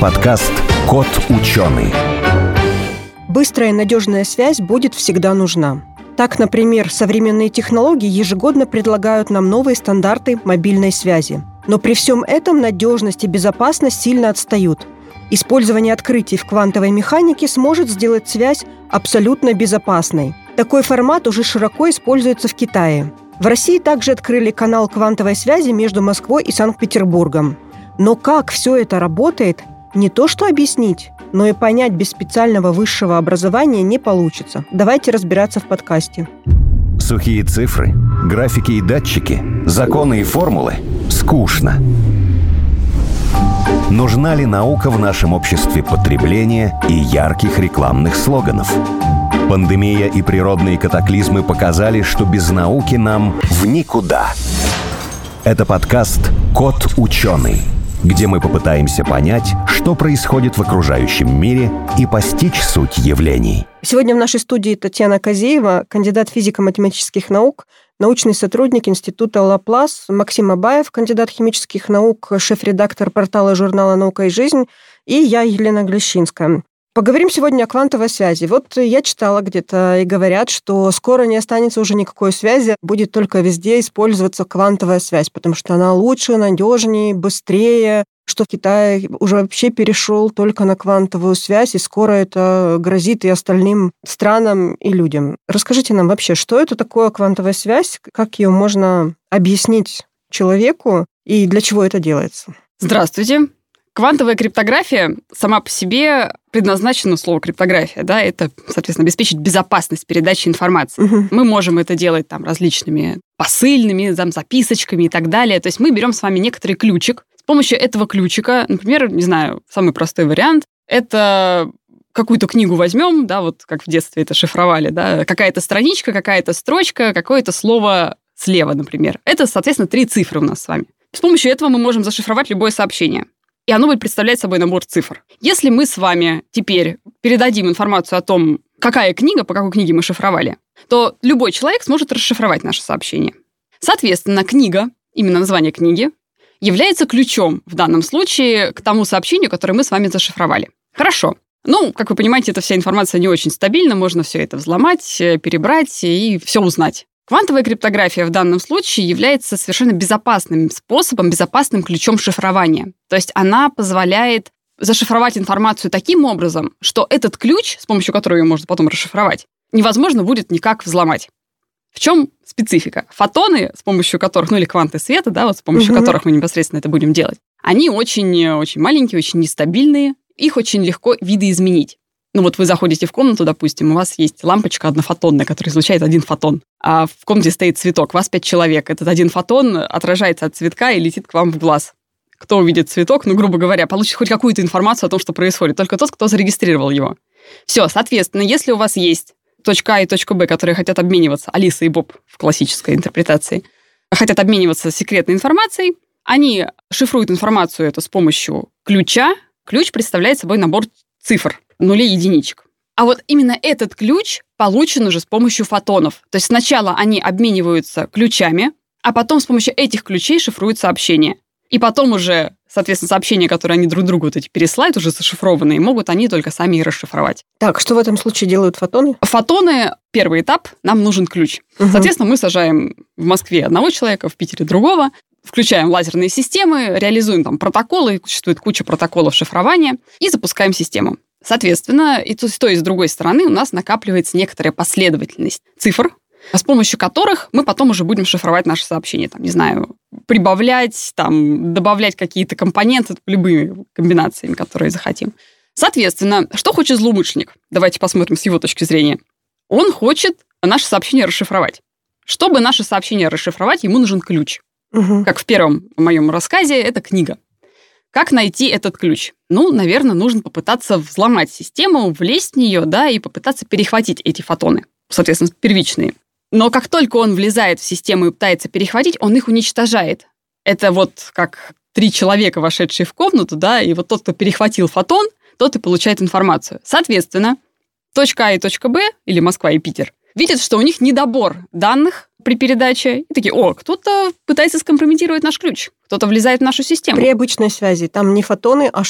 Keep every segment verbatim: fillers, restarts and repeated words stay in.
Подкаст «Кот ученый». Быстрая и надежная связь будет всегда нужна. Так, например, современные технологии ежегодно предлагают нам новые стандарты мобильной связи. Но при всем этом надежность и безопасность сильно отстают. Использование открытий в квантовой механике сможет сделать связь абсолютно безопасной. Такой формат уже широко используется в Китае. В России также открыли канал квантовой связи между Москвой и Санкт-Петербургом. Но как все это работает, не то что объяснить, но и понять без специального высшего образования не получится. Давайте разбираться в подкасте. Сухие цифры, графики и датчики, законы и формулы – скучно. Нужна ли наука в нашем обществе потребления и ярких рекламных слоганов? Пандемия и природные катаклизмы показали, что без науки нам в никуда. Это подкаст «Кот ученый», где мы попытаемся понять, что происходит в окружающем мире и постичь суть явлений. Сегодня в нашей студии Татьяна Козеева, кандидат физико-математических наук, научный сотрудник Института Лаплас, Максим Абаев, кандидат химических наук, шеф-редактор портала журнала «Наука и жизнь», и я, Елена Глещинская. Поговорим сегодня о квантовой связи. Вот я читала где-то, и говорят, что скоро не останется уже никакой связи, будет только везде использоваться квантовая связь, потому что она лучше, надежнее, быстрее, что Китай уже вообще перешел только на квантовую связь, и скоро это грозит и остальным странам и людям. Расскажите нам вообще, что это такое квантовая связь, как ее можно объяснить человеку и для чего это делается? Здравствуйте. Квантовая криптография сама по себе предназначена, слово криптография, да, это, соответственно, обеспечить безопасность передачи информации. Uh-huh. Мы можем это делать там различными посыльными, там, записочками и так далее. То есть мы берем с вами некоторый ключик. С помощью этого ключика, например, не знаю, самый простой вариант, это какую-то книгу возьмем, да, вот как в детстве это шифровали, да, какая-то страничка, какая-то строчка, какое-то слово слева, например. Это, соответственно, три цифры у нас с вами. С помощью этого мы можем зашифровать любое сообщение. И оно будет представлять собой набор цифр. Если мы с вами теперь передадим информацию о том, какая книга, по какой книге мы шифровали, то любой человек сможет расшифровать наше сообщение. Соответственно, книга, именно название книги, является ключом в данном случае к тому сообщению, которое мы с вами зашифровали. Хорошо. Ну, как вы понимаете, эта вся информация не очень стабильна, можно все это взломать, перебрать и все узнать. Квантовая криптография в данном случае является совершенно безопасным способом, безопасным ключом шифрования. То есть она позволяет зашифровать информацию таким образом, что этот ключ, с помощью которого ее можно потом расшифровать, невозможно будет никак взломать. В чем специфика? Фотоны, с помощью которых, ну или кванты света, да, вот с помощью угу. которых мы непосредственно это будем делать, они очень-очень маленькие, очень нестабильные, их очень легко видоизменить. Ну вот вы заходите в комнату, допустим, у вас есть лампочка однофотонная, которая излучает один фотон, а в комнате стоит цветок, вас пять человек. Этот один фотон отражается от цветка и летит к вам в глаз. Кто увидит цветок, ну, грубо говоря, получит хоть какую-то информацию о том, что происходит, только тот, кто зарегистрировал его. Все, соответственно, если у вас есть точка А и точка Б, которые хотят обмениваться, Алиса и Боб в классической интерпретации, хотят обмениваться секретной информацией, они шифруют информацию эту с помощью ключа. Ключ представляет собой набор цифр, нулей и единичек. А вот именно этот ключ получен уже с помощью фотонов. То есть сначала они обмениваются ключами, а потом с помощью этих ключей шифруют сообщения. И потом уже, соответственно, сообщения, которые они друг другу вот эти пересылают, уже зашифрованные, могут они только сами и расшифровать. Так, что в этом случае делают фотоны? Фотоны, первый этап, нам нужен ключ. Угу. Соответственно, мы сажаем в Москве одного человека, в Питере другого, включаем лазерные системы, реализуем там протоколы, существует куча протоколов шифрования, и запускаем систему. Соответственно, и с той, и с другой стороны у нас накапливается некоторая последовательность цифр, с помощью которых мы потом уже будем шифровать наши сообщения. Там, не знаю, прибавлять, там, добавлять какие-то компоненты, любыми комбинациями, которые захотим. Соответственно, что хочет злоумышленник? Давайте посмотрим с его точки зрения. Он хочет наше сообщение расшифровать. Чтобы наше сообщение расшифровать, ему нужен ключ. Угу. Как в первом моем рассказе, это книга. Как найти этот ключ? Ну, наверное, нужно попытаться взломать систему, влезть в нее, да, и попытаться перехватить эти фотоны, соответственно, первичные. Но как только он влезает в систему и пытается перехватить, он их уничтожает. Это вот как три человека, вошедшие в комнату, да, и вот тот, кто перехватил фотон, тот и получает информацию. Соответственно, точка А и точка Б, или Москва и Питер, видят, что у них недобор данных при передаче, и такие: о, кто-то пытается скомпрометировать наш ключ, кто-то влезает в нашу систему. При обычной связи там не фотоны, а что?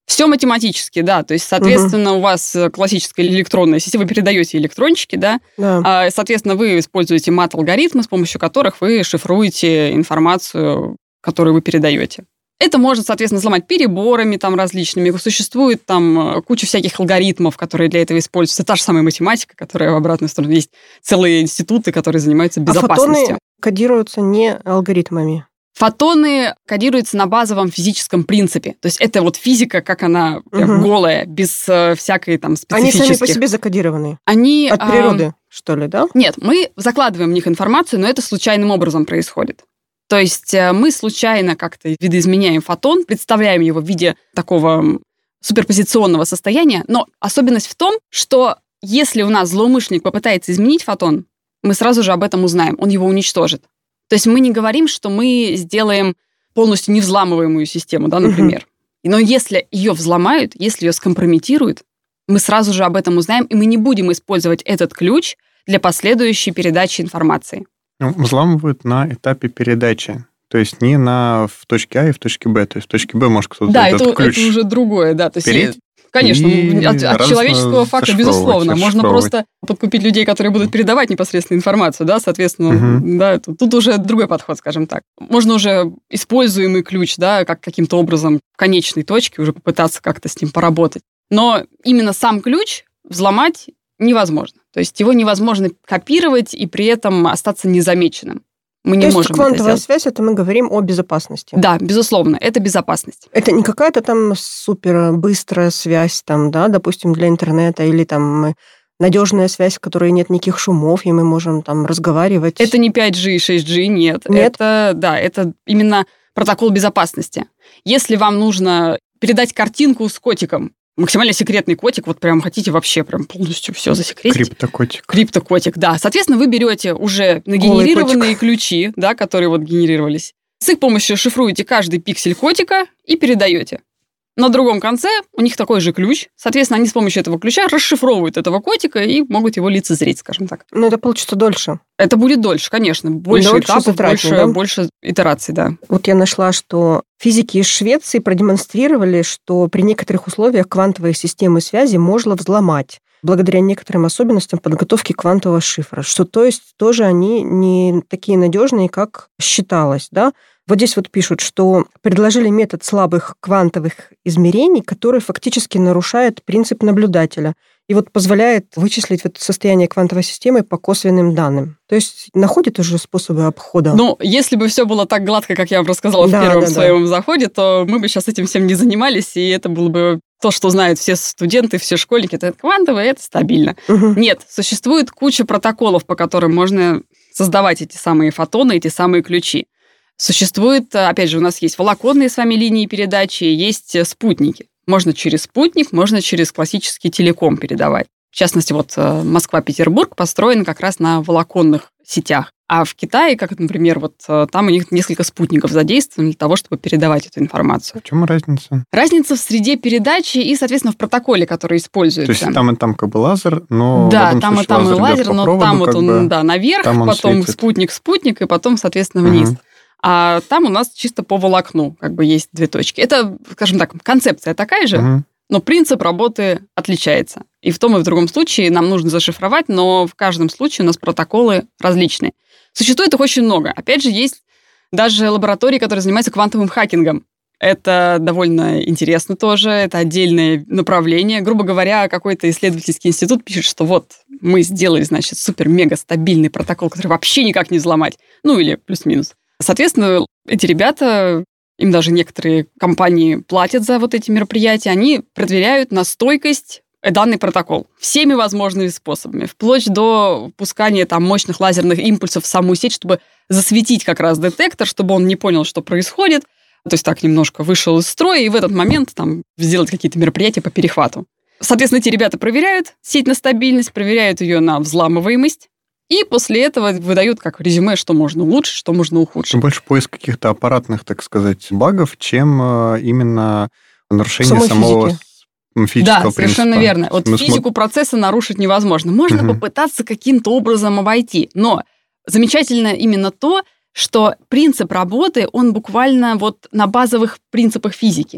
Все математически, да. То есть, соответственно, угу. у вас классическая электронная система, вы передаете электрончики, да. да. Соответственно, вы используете мат-алгоритмы, с помощью которых вы шифруете информацию, которую вы передаете. Это можно, соответственно, взломать переборами там различными. Существует там куча всяких алгоритмов, которые для этого используются. Та же самая математика, которая в обратную сторону. Есть целые институты, которые занимаются безопасностью. А фотоны кодируются не алгоритмами? Фотоны кодируются на базовом физическом принципе. То есть это вот физика, как она прям угу. голая, без э, всякой там специфических... Они сами по себе закодированы? Они... От природы, э, что ли, да? Нет, мы закладываем в них информацию, но это случайным образом происходит. То есть мы случайно как-то видоизменяем фотон, представляем его в виде такого суперпозиционного состояния, но особенность в том, что если у нас злоумышленник попытается изменить фотон, мы сразу же об этом узнаем, он его уничтожит. То есть мы не говорим, что мы сделаем полностью невзламываемую систему, да, например. Uh-huh. Но если ее взломают, если ее скомпрометируют, мы сразу же об этом узнаем, и мы не будем использовать этот ключ для последующей передачи информации. Ну, взламывают на этапе передачи. То есть не на в точке А и в точке Б. То есть в точке Б может кто-то да, этот это, ключ это уже другое, да. То есть, переть, конечно, от, от человеческого факта, безусловно. Можно просто подкупить людей, которые будут передавать непосредственно информацию, да, соответственно, угу. да, тут, тут уже другой подход, скажем так. Можно уже используемый ключ, да, как каким-то образом в конечной точке уже попытаться как-то с ним поработать. Но именно сам ключ взломать невозможно. То есть его невозможно копировать и при этом остаться незамеченным. Мы не То можем есть квантовая это связь, это мы говорим о безопасности. Да, безусловно, это безопасность. Это не какая-то там супер быстрая связь, там, да, допустим, для интернета, или там надежная связь, в которой нет никаких шумов, и мы можем там разговаривать. Это не пять джи и шесть джи, нет. Нет? Это, да, это именно протокол безопасности. Если вам нужно передать картинку с котиком, максимально секретный котик, вот прям хотите вообще прям полностью все засекретить. Криптокотик. Криптокотик, да. Соответственно, вы берете уже нагенерированные ключи, да, которые вот генерировались. С их помощью шифруете каждый пиксель котика и передаете. На другом конце у них такой же ключ. Соответственно, они с помощью этого ключа расшифровывают этого котика и могут его лицезреть, скажем так. Но это получится дольше. Это будет дольше, конечно. Больше дольше этапов, больше, да? больше итераций, да. Вот я нашла, что физики из Швеции продемонстрировали, что при некоторых условиях квантовые системы связи можно взломать благодаря некоторым особенностям подготовки квантового шифра. Что, то есть, тоже они не такие надежные, как считалось, да? Вот здесь вот пишут, что предложили метод слабых квантовых измерений, который фактически нарушает принцип наблюдателя и вот позволяет вычислить это состояние квантовой системы по косвенным данным. То есть находит уже способы обхода. Ну, если бы все было так гладко, как я вам рассказала да, в первом да, своем да. заходе, то мы бы сейчас этим всем не занимались, и это было бы то, что знают все студенты, все школьники. Это квантовое, это стабильно. Угу. Нет, существует куча протоколов, по которым можно создавать эти самые фотоны, эти самые ключи. Существует, опять же, у нас есть волоконные с вами линии передачи, есть спутники. Можно через спутник, можно через классический телеком передавать. В частности, вот Москва-Петербург построен как раз на волоконных сетях. А в Китае, как, например, вот там у них несколько спутников задействованы для того, чтобы передавать эту информацию. В чем разница? Разница в среде передачи и, соответственно, в протоколе, который используется. То есть там и там как бы лазер, но да, в этом там случае и там лазер и лазер, но проводу, там вот он, бы, да, наверх, потом спутник-спутник, и потом, соответственно, вниз. Угу. А там у нас чисто по волокну как бы есть две точки. Это, скажем так, концепция такая же, угу. но принцип работы отличается. И в том, и в другом случае нам нужно зашифровать, но в каждом случае у нас протоколы различные. Существует их очень много. Опять же, есть даже лаборатории, которые занимаются квантовым хакингом. Это довольно интересно тоже, это отдельное направление. Грубо говоря, какой-то исследовательский институт пишет, что вот мы сделали, значит, супер-мега-стабильный протокол, который вообще никак не взломать. Ну, или плюс-минус. Соответственно, эти ребята, им даже некоторые компании платят за вот эти мероприятия, они проверяют на стойкость данный протокол всеми возможными способами, вплоть до впускания там мощных лазерных импульсов в саму сеть, чтобы засветить как раз детектор, чтобы он не понял, что происходит. То есть так немножко вышел из строя, и в этот момент там сделать какие-то мероприятия по перехвату. Соответственно, эти ребята проверяют сеть на стабильность, проверяют ее на взламываемость, и после этого выдают как резюме, что можно улучшить, что можно ухудшить. Больше поиск каких-то аппаратных, так сказать, багов, чем именно нарушение Самой самого физики. физического да, принципа. Да, совершенно верно. Вот Мы физику смо... процесса нарушить невозможно. Можно угу. попытаться каким-то образом обойти. Но замечательно именно то, что принцип работы, он буквально вот на базовых принципах физики.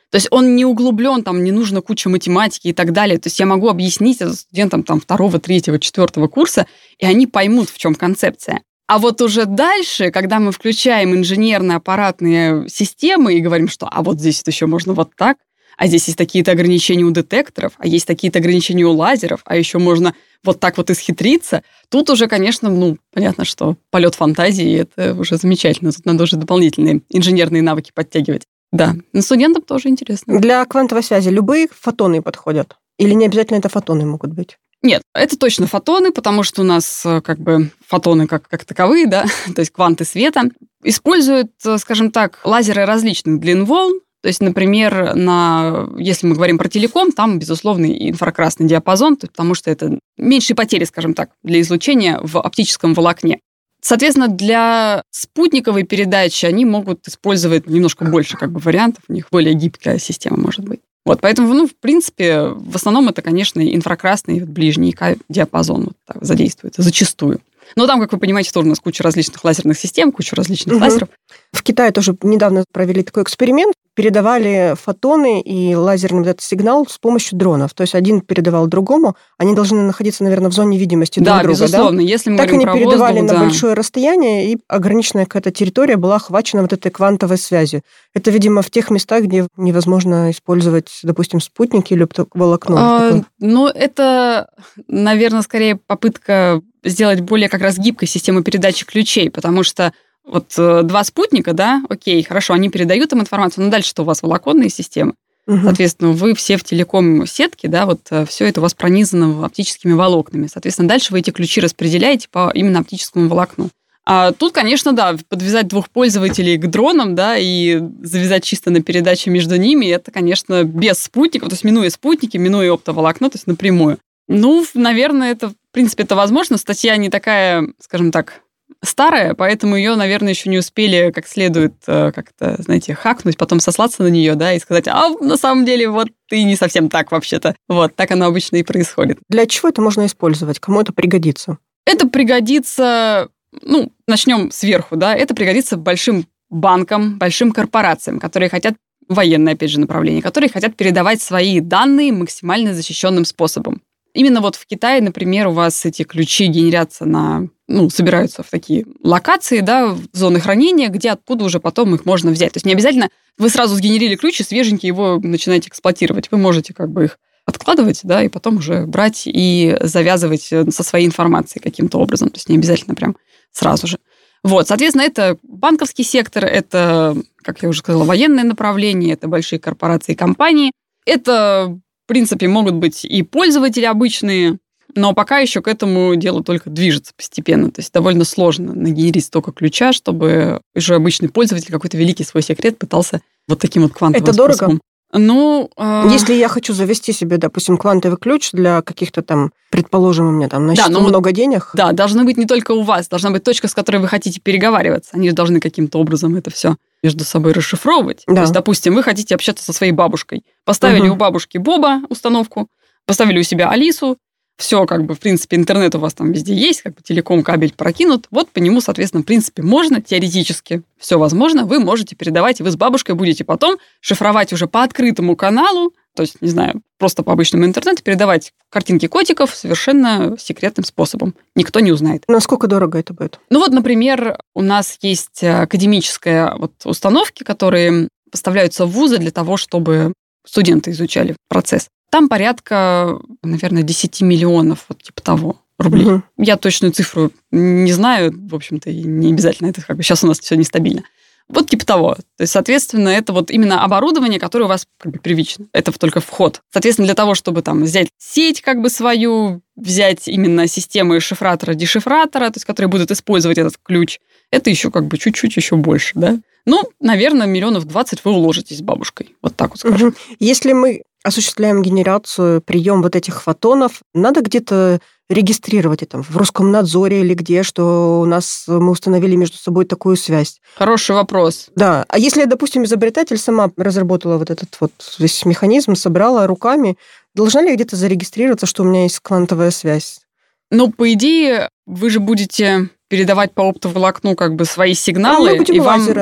То есть он не углублен, там не нужно куча математики и так далее. То есть я могу объяснить это студентам там, второго, третьего, четвертого курса, и они поймут, в чем концепция. А вот уже дальше, когда мы включаем инженерно-аппаратные системы и говорим, что а вот здесь еще можно вот так, а здесь есть такие-то ограничения у детекторов, а есть такие-то ограничения у лазеров, а еще можно вот так вот исхитриться, тут уже, конечно, ну, понятно, что полет фантазии, это уже замечательно. Тут надо уже дополнительные инженерные навыки подтягивать. Да, но студентам тоже интересно. Для квантовой связи любые фотоны подходят? Или не обязательно это фотоны могут быть? Нет, это точно фотоны, потому что у нас как бы фотоны как, как таковые, да, то есть кванты света, используют, скажем так, лазеры различных длин волн. То есть, например, на, если мы говорим про телеком, там, безусловно, инфракрасный диапазон, потому что это меньшие потери, скажем так, для излучения в оптическом волокне. Соответственно, для спутниковой передачи они могут использовать немножко больше как бы, вариантов, у них более гибкая система может быть. Вот, поэтому, ну, в принципе, в основном это, конечно, инфракрасный ближний диапазон вот так задействуется зачастую. Но там, как вы понимаете, тоже у нас куча различных лазерных систем, куча различных угу. лазеров. В Китае тоже недавно провели такой эксперимент. Передавали фотоны и лазерный вот этот сигнал с помощью дронов. То есть один передавал другому. Они должны находиться, наверное, в зоне видимости да, друг друга. Безусловно. Да, если мы так говорим они про передавали воздух, на да. большое расстояние, и ограниченная какая-то территория была охвачена вот этой квантовой связью. Это, видимо, в тех местах, где невозможно использовать, допустим, спутники или волокно. А, ну, это, наверное, скорее попытка сделать более как раз гибкой систему передачи ключей, потому что вот два спутника, да, окей, хорошо, они передают им информацию, но дальше-то у вас волоконные системы. Угу. Соответственно, вы все в телеком-сетке, да, вот все это у вас пронизано оптическими волокнами. Соответственно, дальше вы эти ключи распределяете по именно оптическому волокну. А тут, конечно, да, подвязать двух пользователей к дронам, да, и завязать чисто на передаче между ними, это, конечно, без спутников, то есть минуя спутники, минуя оптоволокно, то есть напрямую. Ну, наверное, это, в принципе, это возможно. Статья не такая, скажем так, старая, поэтому ее, наверное, еще не успели как следует как-то, знаете, хакнуть, потом сослаться на нее, да, и сказать, а на самом деле вот ты не совсем так вообще-то. Вот, так оно обычно и происходит. Для чего это можно использовать? Кому это пригодится? Это пригодится, ну, начнем сверху, да, это пригодится большим банкам, большим корпорациям, которые хотят, военное, опять же, направление, которые хотят передавать свои данные максимально защищенным способом. Именно вот в Китае, например, у вас эти ключи генерятся на, ну, собираются в такие локации, да, в зоны хранения, где откуда уже потом их можно взять. То есть не обязательно вы сразу сгенерили ключ и свеженький его начинаете эксплуатировать. Вы можете как бы их откладывать, да, и потом уже брать и завязывать со своей информацией каким-то образом. То есть не обязательно прям сразу же. Вот, соответственно, это банковский сектор, это, как я уже сказала, военное направление, это большие корпорации и компании. Это, в принципе, могут быть и пользователи обычные, но пока еще к этому делу только движется постепенно. То есть довольно сложно нагенерить столько ключа, чтобы уже обычный пользователь какой-то великий свой секрет пытался вот таким вот квантовым это способом. Дорого? Ну, э... если я хочу завести себе, допустим, квантовый ключ для каких-то там, предположим, у меня там на счету да, ну, много денег. Да, должны быть не только у вас, должна быть точка, с которой вы хотите переговариваться. Они же должны каким-то образом это все между собой расшифровывать. Да. То есть, допустим, вы хотите общаться со своей бабушкой. Поставили угу. у бабушки Боба установку, поставили у себя Алису, все, как бы, в принципе, интернет у вас там везде есть, как бы телеком, кабель прокинут. Вот по нему, соответственно, в принципе, можно, теоретически, все возможно, вы можете передавать, и вы с бабушкой будете потом шифровать уже по открытому каналу, то есть, не знаю, просто по обычному интернету, передавать картинки котиков совершенно секретным способом. Никто не узнает. Насколько дорого это будет? Ну вот, например, у нас есть академические вот установки, которые поставляются в вузы для того, чтобы студенты изучали процесс. Там порядка, наверное, десять миллионов, вот типа того, рублей. Угу. Я точную цифру не знаю, в общем-то, и не обязательно. Это как бы сейчас у нас все нестабильно. Вот типа того. То есть, соответственно, это вот именно оборудование, которое у вас как бы первично. Это только вход. Соответственно, для того, чтобы там взять сеть как бы свою, взять именно системы шифратора-дешифратора, то есть, которые будут использовать этот ключ, это еще как бы чуть-чуть еще больше, да? Ну, наверное, миллионов двадцать вы уложитесь с бабушкой. Вот так вот скажем. Угу. Если мы осуществляем генерацию, прием вот этих фотонов, надо где-то регистрировать это в Роскомнадзоре или где, что у нас мы установили между собой такую связь? Хороший вопрос. Да. А если, допустим, изобретатель сама разработала вот этот вот весь механизм, собрала руками, должна ли я где-то зарегистрироваться, что у меня есть квантовая связь? Ну, по идее, вы же будете передавать по оптоволокну как бы свои сигналы. А мы будем и лазерами. Вам...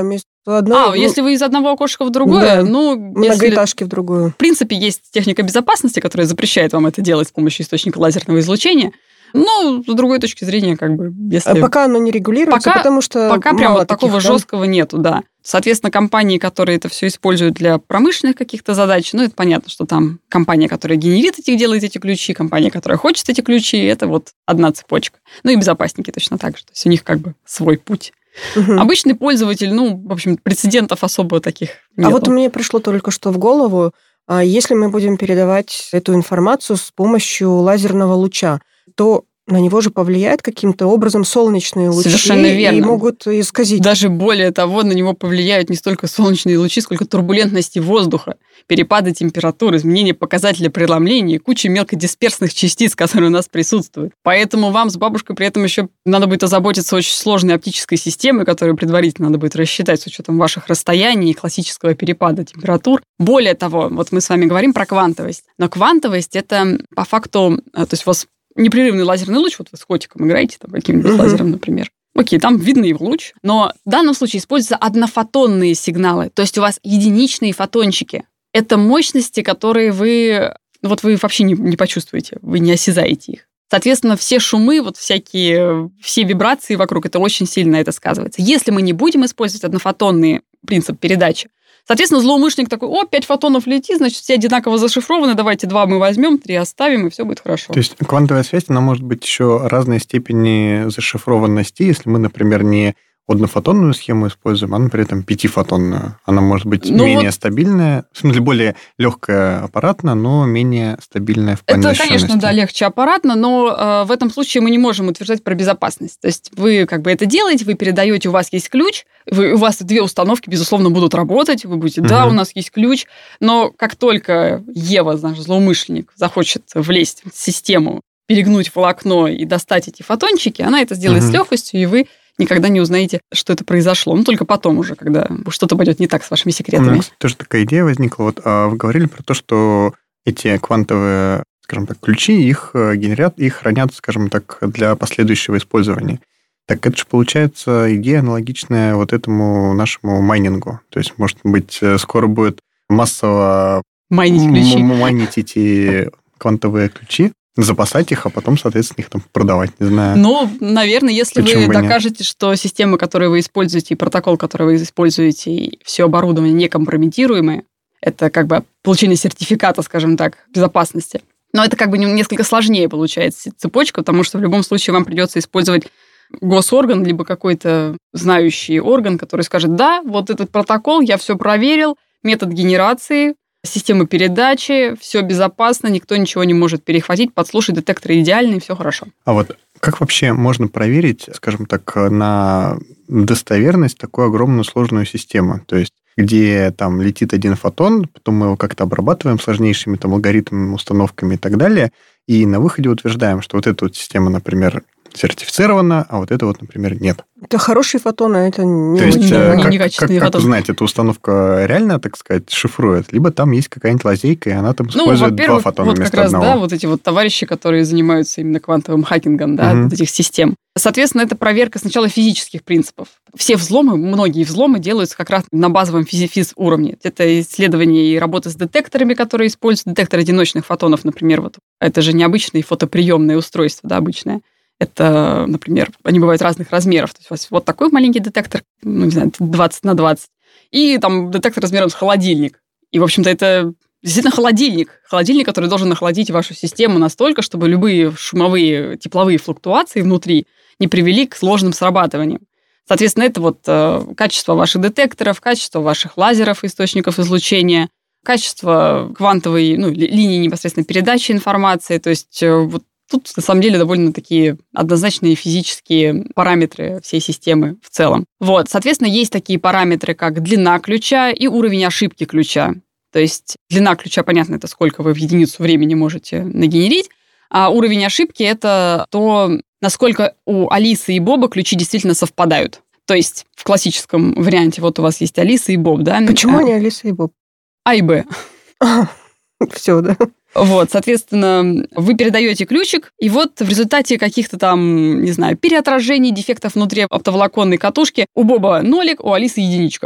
одно... А, если вы из одного окошка в другое, да, ну... многоэтажки в другую. В принципе, есть техника безопасности, которая запрещает вам это делать с помощью источника лазерного излучения. Но, с другой точки зрения, как бы, если... А пока оно не регулируется, пока, потому что Пока прям вот такого там... жесткого нету, да. Соответственно, компании, которые это все используют для промышленных каких-то задач, ну, это понятно, что там компания, которая генерит этих, делает эти ключи, компания, которая хочет эти ключи, это вот одна цепочка. Ну, и безопасники точно так же. То есть у них как бы свой путь. Угу. Обычный пользователь, ну, в общем, прецедентов особо таких нет. А вот мне пришло только что в голову, если мы будем передавать эту информацию с помощью лазерного луча, то на него же повлияет каким-то образом солнечные лучи. Совершенно верно. И могут исказить. Даже более того, на него повлияют не столько солнечные лучи, сколько турбулентности воздуха, перепады температуры, изменения показателя преломления и куча мелкодисперсных частиц, которые у нас присутствуют. Поэтому вам с бабушкой при этом еще надо будет озаботиться очень сложной оптической системой, которую предварительно надо будет рассчитать с учетом ваших расстояний и классического перепада температур. Более того, вот мы с вами говорим про квантовость. Но квантовость – это по факту... То есть у вас непрерывный лазерный луч, вот вы с котиком играете, там, каким-нибудь uh-huh. лазером, например. Окей, там видно его луч, но в данном случае используются однофотонные сигналы, то есть у вас единичные фотончики. Это мощности, которые вы, вот вы вообще не, не почувствуете, вы не осязаете их. Соответственно, все шумы, вот всякие, все вибрации вокруг, это очень сильно на это сказывается. Если мы не будем использовать однофотонный принцип передачи, соответственно, злоумышленник такой: о, пять фотонов летит, значит, все одинаково зашифрованы, давайте два мы возьмем, три оставим, и все будет хорошо. То есть квантовая связь, она может быть еще разной степени зашифрованности, если мы, например, не однофотонную схему используем, а, например, там, пятифотонную. Она может быть ну менее вот... стабильная, в смысле, более легкая аппаратно, но менее стабильная в плане Это, защищенности. конечно, да, легче аппаратно, но э, в этом случае мы не можем утверждать про безопасность. То есть вы как бы это делаете, вы передаете, у вас есть ключ, вы, у вас две установки, безусловно, будут работать, вы будете, да, угу. у нас есть ключ, но как только Ева, наш злоумышленник, захочет влезть в систему, перегнуть волокно и достать эти фотончики, она это сделает угу. с легкостью, и вы никогда не узнаете, что это произошло. Ну, только потом уже, когда что-то пойдет не так с вашими секретами. У меня, кстати, тоже такая идея возникла. Вот а вы говорили про то, что эти квантовые, скажем так, ключи, их генерят и хранят, скажем так, для последующего использования. Так это же, получается, идея аналогичная вот этому нашему майнингу. То есть, может быть, скоро будет массово майнить ключи. майнить эти квантовые ключи, запасать их, а потом, соответственно, их там продавать, не знаю. Ну, наверное, если Почему вы докажете, нет? Что система, которую вы используете, и протокол, который вы используете, и все оборудование не компрометируемые, это как бы получение сертификата, скажем так, безопасности. Но это как бы несколько сложнее получается цепочка, потому что в любом случае вам придется использовать госорган, либо какой-то знающий орган, который скажет: да, вот этот протокол, я все проверил, метод генерации, система передачи, все безопасно, никто ничего не может перехватить, подслушать, детекторы идеальные, все хорошо. А вот как вообще можно проверить, скажем так, на достоверность такую огромную сложную систему? То есть, где там летит один фотон, потом мы его как-то обрабатываем сложнейшими там алгоритмами, установками и так далее, и на выходе утверждаем, что вот эта вот система, например, сертифицирована, а вот это вот, например, нет. Это хорошие фотоны, а это не, То есть, не, как, не как, некачественные как фотоны. узнать, эта установка реально, так сказать, шифрует, либо там есть какая-нибудь лазейка, и она там использует ну, два фотона вот вместо как раз, одного. да, вот эти вот товарищи, которые занимаются именно квантовым хакингом, да, угу. вот этих систем. Соответственно, это проверка сначала физических принципов. Все взломы, многие взломы делаются как раз на базовом физи-физ уровне. Это исследование и работа с детекторами, которые используют детектор одиночных фотонов, например. Вот. Это же необычное фотоприемное устройство, да, обычное. Это, например, они бывают разных размеров. То есть у вас вот такой маленький детектор, ну, не знаю, двадцать на двадцать, и там детектор размером с холодильник. И, в общем-то, это действительно холодильник. Холодильник, который должен охладить вашу систему настолько, чтобы любые шумовые, тепловые флуктуации внутри не привели к сложным срабатываниям. Соответственно, это вот э, качество ваших детекторов, качество ваших лазеров, источников излучения, качество квантовой, ну, ли, линии непосредственно передачи информации. То есть э, вот тут, на самом деле, довольно такие однозначные физические параметры всей системы в целом. Вот, соответственно, есть такие параметры, как длина ключа и уровень ошибки ключа. То есть длина ключа, понятно, это сколько вы в единицу времени можете нагенерить, а уровень ошибки – это то, насколько у Алисы и Боба ключи действительно совпадают. То есть в классическом варианте вот у вас есть Алиса и Боб, да? Почему а, не Алиса и Боб? А и Б. Все, да. Вот, соответственно, вы передаете ключик, и вот в результате каких-то там, не знаю, переотражений, дефектов внутри оптоволоконной катушки у Боба нолик, у Алисы единичка.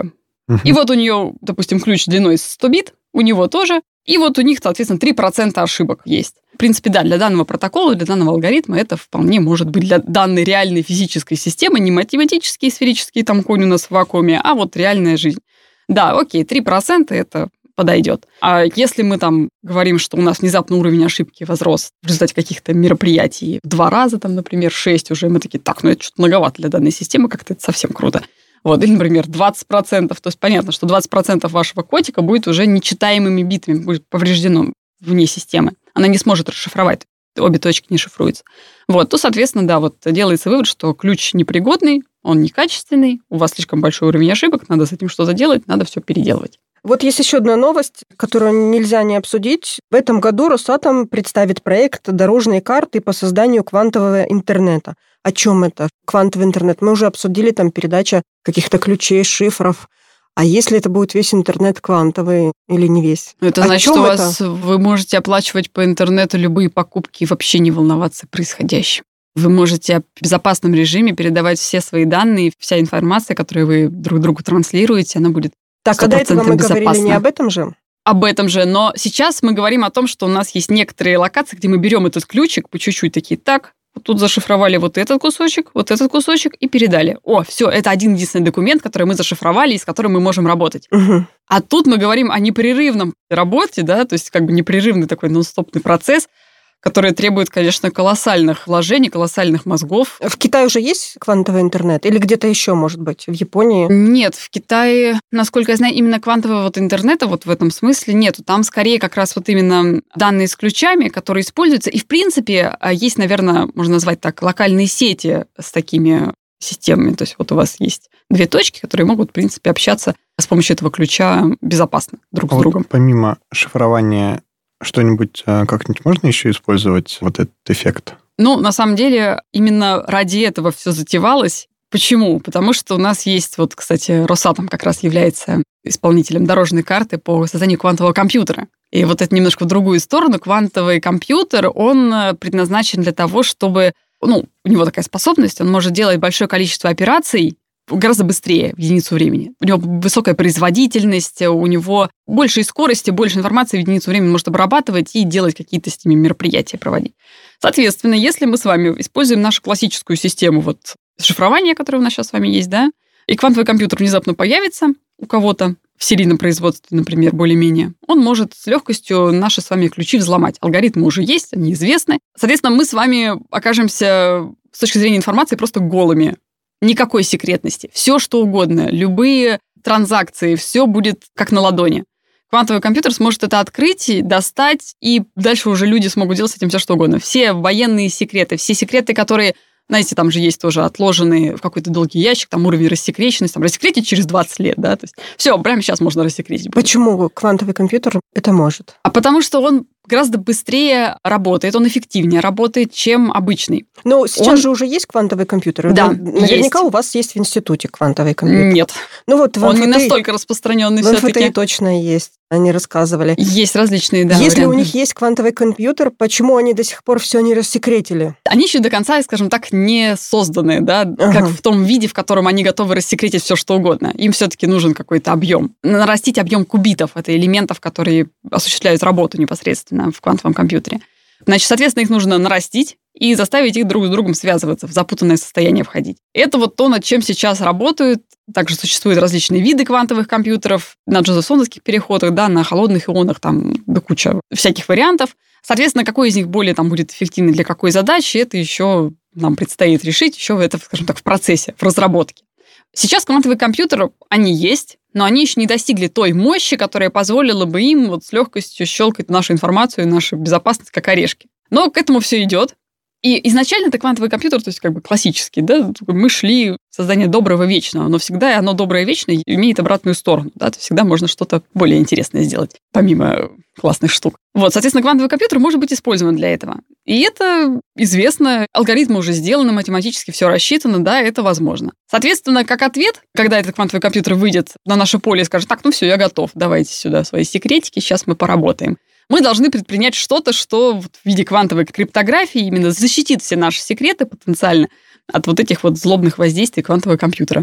Uh-huh. И вот у нее, допустим, ключ длиной сто бит, у него тоже, и вот у них, соответственно, три процента ошибок есть. В принципе, да, для данного протокола, для данного алгоритма это вполне может быть для данной реальной физической системы, не математические сферические там конь у нас в вакууме, а вот реальная жизнь. Да, окей, три процента это подойдет. А если мы там говорим, что у нас внезапно уровень ошибки возрос в результате каких-то мероприятий в два раза, там, например, шесть уже, мы такие, так, ну это что-то многовато для данной системы, как-то это совсем круто. Вот, или, например, двадцать процентов. То есть понятно, что двадцать процентов вашего котика будет уже нечитаемыми битами, будет повреждено вне системы. Она не сможет расшифровать, обе точки не шифруются. Вот, то, соответственно, да, вот делается вывод, что ключ непригодный, он некачественный, у вас слишком большой уровень ошибок, надо с этим что-то делать, надо все переделывать. Вот есть еще одна новость, которую нельзя не обсудить. В этом году Росатом представит проект дорожной карты по созданию квантового интернета. О чем это? Квантовый интернет. Мы уже обсудили, там передача каких-то ключей, шифров. А если это будет весь интернет квантовый или не весь? Это О значит, чем что у это? вас, вы можете оплачивать по интернету любые покупки и вообще не волноваться происходящим. Вы можете в безопасном режиме передавать все свои данные, вся информация, которую вы друг другу транслируете, она будет Так, а до этого мы говорили безопасно. не об этом же? Об этом же, но сейчас мы говорим о том, что у нас есть некоторые локации, где мы берем этот ключик по чуть-чуть, такие, так, вот тут зашифровали вот этот кусочек, вот этот кусочек и передали. О, все, это один единственный документ, который мы зашифровали и с которым мы можем работать. Угу. А тут мы говорим о непрерывном работе, да, то есть как бы непрерывный такой нон-стопный процесс, который требует, конечно, колоссальных вложений, колоссальных мозгов. В Китае уже есть квантовый интернет? Или где-то еще, может быть, в Японии? Нет, в Китае, насколько я знаю, именно квантового вот интернета вот в этом смысле нету. Там скорее как раз вот именно данные с ключами, которые используются. И, в принципе, есть, наверное, можно назвать так, локальные сети с такими системами. То есть вот у вас есть две точки, которые могут, в принципе, общаться с помощью этого ключа безопасно друг а с вот другом. Помимо шифрования, что-нибудь как-нибудь можно еще использовать, вот этот эффект? Ну, на самом деле, именно ради этого все затевалось. Почему? Потому что у нас есть, вот, кстати, Росатом как раз является исполнителем дорожной карты по созданию квантового компьютера. И вот это немножко в другую сторону. Квантовый компьютер, он предназначен для того, чтобы... Ну, у него такая способность, он может делать большое количество операций гораздо быстрее в единицу времени. У него высокая производительность, у него большей скорости, больше информации в единицу времени может обрабатывать и делать какие-то с ними мероприятия проводить. Соответственно, если мы с вами используем нашу классическую систему вот шифрования, которая у нас сейчас с вами есть, да, и квантовый компьютер внезапно появится у кого-то в серийном производстве, например, более-менее, он может с легкостью наши с вами ключи взломать. Алгоритмы уже есть, они известны. Соответственно, мы с вами окажемся с точки зрения информации просто голыми. Никакой секретности. Все, что угодно, любые транзакции, все будет как на ладони. Квантовый компьютер сможет это открыть, достать, и дальше уже люди смогут делать с этим все, что угодно. Все военные секреты, все секреты, которые, знаете, там же есть тоже отложенные в какой-то долгий ящик, там уровень рассекреченности, там рассекретить через двадцать лет, да, то есть все, прямо сейчас можно рассекретить. Почему квантовый компьютер это может? А потому что он гораздо быстрее работает, он эффективнее работает, чем обычный. Но сейчас он... же уже есть квантовые компьютеры. Да, наверняка есть. У вас есть в институте квантовый компьютер. Нет. Ну вот в он эн эф тэ и... не настолько распространенный в эн эф тэ и все-таки. точно есть. Они рассказывали. Есть различные, да, Если варианты. у них есть квантовый компьютер, почему они до сих пор все не рассекретили? Они еще до конца, скажем так, не созданы, да, Ага. как в том виде, в котором они готовы рассекретить все, что угодно. Им все-таки нужен какой-то объем. Нарастить объем кубитов, это элементов, которые осуществляют работу непосредственно в квантовом компьютере. Значит, соответственно, их нужно нарастить и заставить их друг с другом связываться, в запутанное состояние входить. Это вот то, над чем сейчас работают. Также существуют различные виды квантовых компьютеров на джозефсоновских переходах, да, на холодных ионах, там да куча всяких вариантов. Соответственно, какой из них более там будет эффективный для какой задачи, это еще нам предстоит решить, еще это, скажем так, в процессе, в разработке. Сейчас квантовые компьютеры, они есть, но они еще не достигли той мощи, которая позволила бы им вот с легкостью щелкать нашу информацию и нашу безопасность как орешки. Но к этому все идет. И изначально это квантовый компьютер, то есть как бы классический, да, мы шли в создание доброго вечного, но всегда оно доброе вечное имеет обратную сторону, да, то есть всегда можно что-то более интересное сделать, помимо классных штук. Вот, соответственно, квантовый компьютер может быть использован для этого. И это известно, алгоритмы уже сделаны, математически все рассчитано, да, это возможно. Соответственно, как ответ, когда этот квантовый компьютер выйдет на наше поле и скажет, так, ну все, я готов, давайте сюда свои секретики, сейчас мы поработаем. Мы должны предпринять что-то, что в виде квантовой криптографии именно защитит все наши секреты потенциально от вот этих вот злобных воздействий квантового компьютера.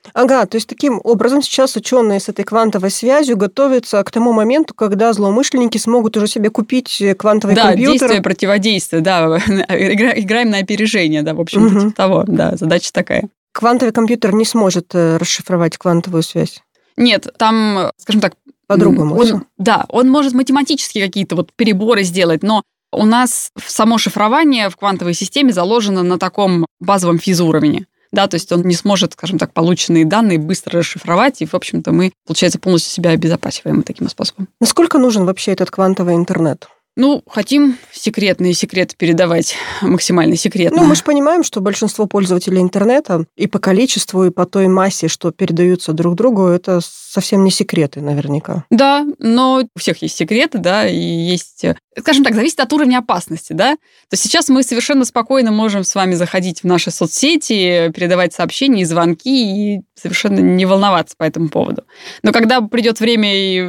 Ага, то есть таким образом сейчас ученые с этой квантовой связью готовятся к тому моменту, когда злоумышленники смогут уже себе купить квантовый да, компьютер. Да, действие, противодействие, да, играем на опережение, да, в общем-то, угу. типа того, да, задача такая. Квантовый компьютер не сможет расшифровать квантовую связь? Нет, там, скажем так... По-другому. Он, да, он может математически какие-то вот переборы сделать, но у нас само шифрование в квантовой системе заложено на таком базовом физуровне. Да, то есть он не сможет, скажем так, полученные данные быстро расшифровать, и, в общем-то, мы, получается, полностью себя обезопасиваем таким способом. Насколько нужен вообще этот квантовый интернет? Ну, хотим секретные секреты передавать, максимально секретно. Ну, мы же понимаем, что большинство пользователей интернета и по количеству, и по той массе, что передаются друг другу, это совсем не секреты наверняка. Да, но у всех есть секреты, да, и есть, скажем так, зависит от уровня опасности, да. То сейчас мы совершенно спокойно можем с вами заходить в наши соцсети, передавать сообщения и звонки, и совершенно не волноваться по этому поводу. Но когда придет время и...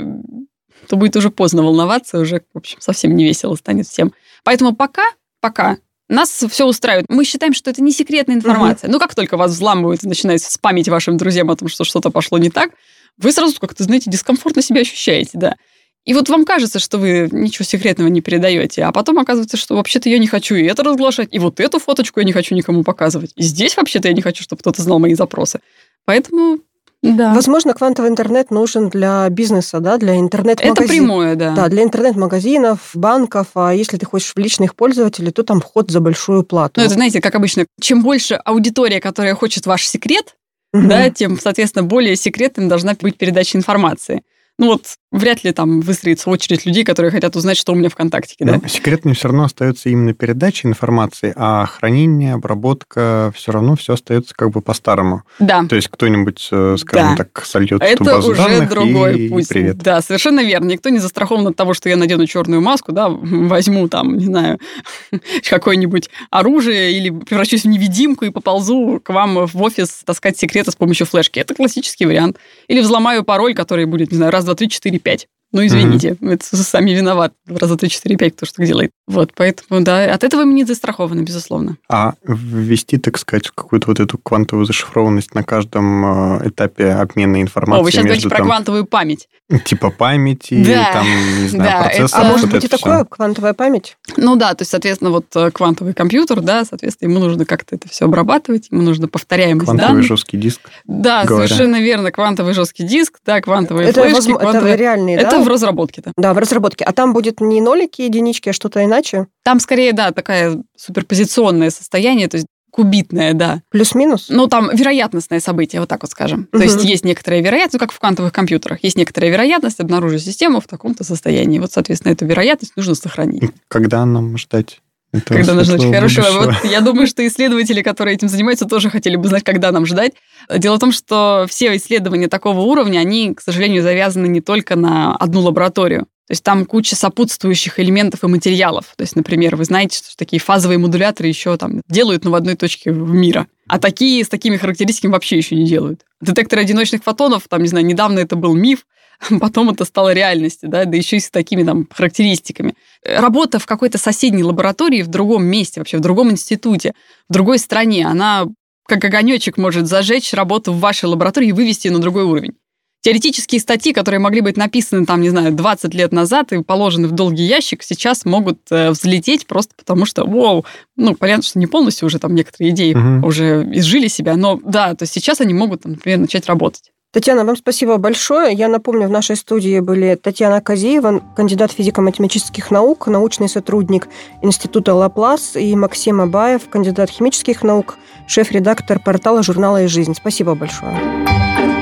то будет уже поздно волноваться, уже, в общем, совсем не весело станет всем. Поэтому пока, пока нас все устраивает. Мы считаем, что это не секретная информация. Uh-huh. Ну, как только вас взламывают и начинают спамить вашим друзьям о том, что что-то пошло не так, вы сразу как-то, знаете, дискомфортно себя ощущаете, да. И вот вам кажется, что вы ничего секретного не передаете, а потом оказывается, что вообще-то я не хочу и это разглашать, и вот эту фоточку я не хочу никому показывать, и здесь вообще-то я не хочу, чтобы кто-то знал мои запросы. Поэтому... Да. Возможно, квантовый интернет нужен для бизнеса, да, для интернет-магазинов. Это прямое, да. Да, для интернет-магазинов, банков, а если ты хочешь в личных пользователей, то там вход за большую плату. Ну, это, знаете, как обычно, чем больше аудитория, которая хочет ваш секрет, угу. да, тем, соответственно, более секретным должна быть передача информации. Ну вот вряд ли там выстроится очередь людей, которые хотят узнать, что у меня ВКонтактике. Да? Секретным все равно остается именно передача информации, а хранение, обработка, все равно все остается как бы по-старому. Да. То есть кто-нибудь, скажем да. так, сольет эту базу данных. Это уже другой и путь. Привет. Да, совершенно верно. Никто не застрахован от того, что я надену черную маску, да, возьму там, не знаю, какое-нибудь оружие или превращусь в невидимку и поползу к вам в офис таскать секреты с помощью флешки. Это классический вариант. Или взломаю пароль, который будет, не знаю, раз, два, три, четыре, пять. Ну, извините, mm-hmm. это сами виноваты. Раз, два, три, четыре, пять, кто что делает. Вот, поэтому, да, от этого мы не застрахованы, безусловно. А ввести, так сказать, какую-то вот эту квантовую зашифрованность на каждом этапе обмена информацией. О, вы сейчас между, говорите про там, квантовую память. Типа памяти, да. там, не знаю, да, процессор. А вот может быть и такое, все. Квантовая память? Ну да, то есть, соответственно, вот квантовый компьютер, да, соответственно, ему нужно как-то это все обрабатывать, ему нужно повторяемость данных. Квантовый жесткий диск. Да, говоря. Совершенно верно, квантовый жесткий диск, да, квантовые это флешки. Возможно, квантовые... Это реальные, да? Это в разработке, да. Да, в разработке. А там будет не нолики, единички, а что-то иначе? Там скорее, да, такая суперпозиционное состояние, то есть кубитное, да. Плюс-минус? Ну, там вероятностное событие, вот так вот скажем. Угу. То есть есть некоторая вероятность, ну, как в квантовых компьютерах, есть некоторая вероятность обнаружить систему в таком-то состоянии. Вот, соответственно, эту вероятность нужно сохранить. Когда нам ждать? Это когда нам ждать? Хорошо. Вот я думаю, что исследователи, которые этим занимаются, тоже хотели бы знать, когда нам ждать. Дело в том, что все исследования такого уровня, они, к сожалению, завязаны не только на одну лабораторию. То есть там куча сопутствующих элементов и материалов. То есть, например, вы знаете, что такие фазовые модуляторы еще там делают, но в одной точке мира. А такие с такими характеристиками вообще еще не делают. Детекторы одиночных фотонов, там, не знаю, недавно это был миф, потом это стало реальностью, да, да еще и с такими там характеристиками. Работа в какой-то соседней лаборатории, в другом месте, вообще в другом институте, в другой стране, она как огонечек может зажечь работу в вашей лаборатории и вывести ее на другой уровень. Теоретические статьи, которые могли быть написаны, там, не знаю, двадцать лет назад и положены в долгий ящик, сейчас могут взлететь просто потому, что, вау, ну, понятно, что не полностью уже там некоторые идеи угу. уже изжили себя, но да, то есть сейчас они могут, там, например, начать работать. Татьяна, вам спасибо большое. Я напомню, в нашей студии были Татьяна Козеева, кандидат физико-математических наук, научный сотрудник Института Лаплас, и Максим Абаев, кандидат химических наук, шеф-редактор портала журнала «И жизнь». Спасибо большое.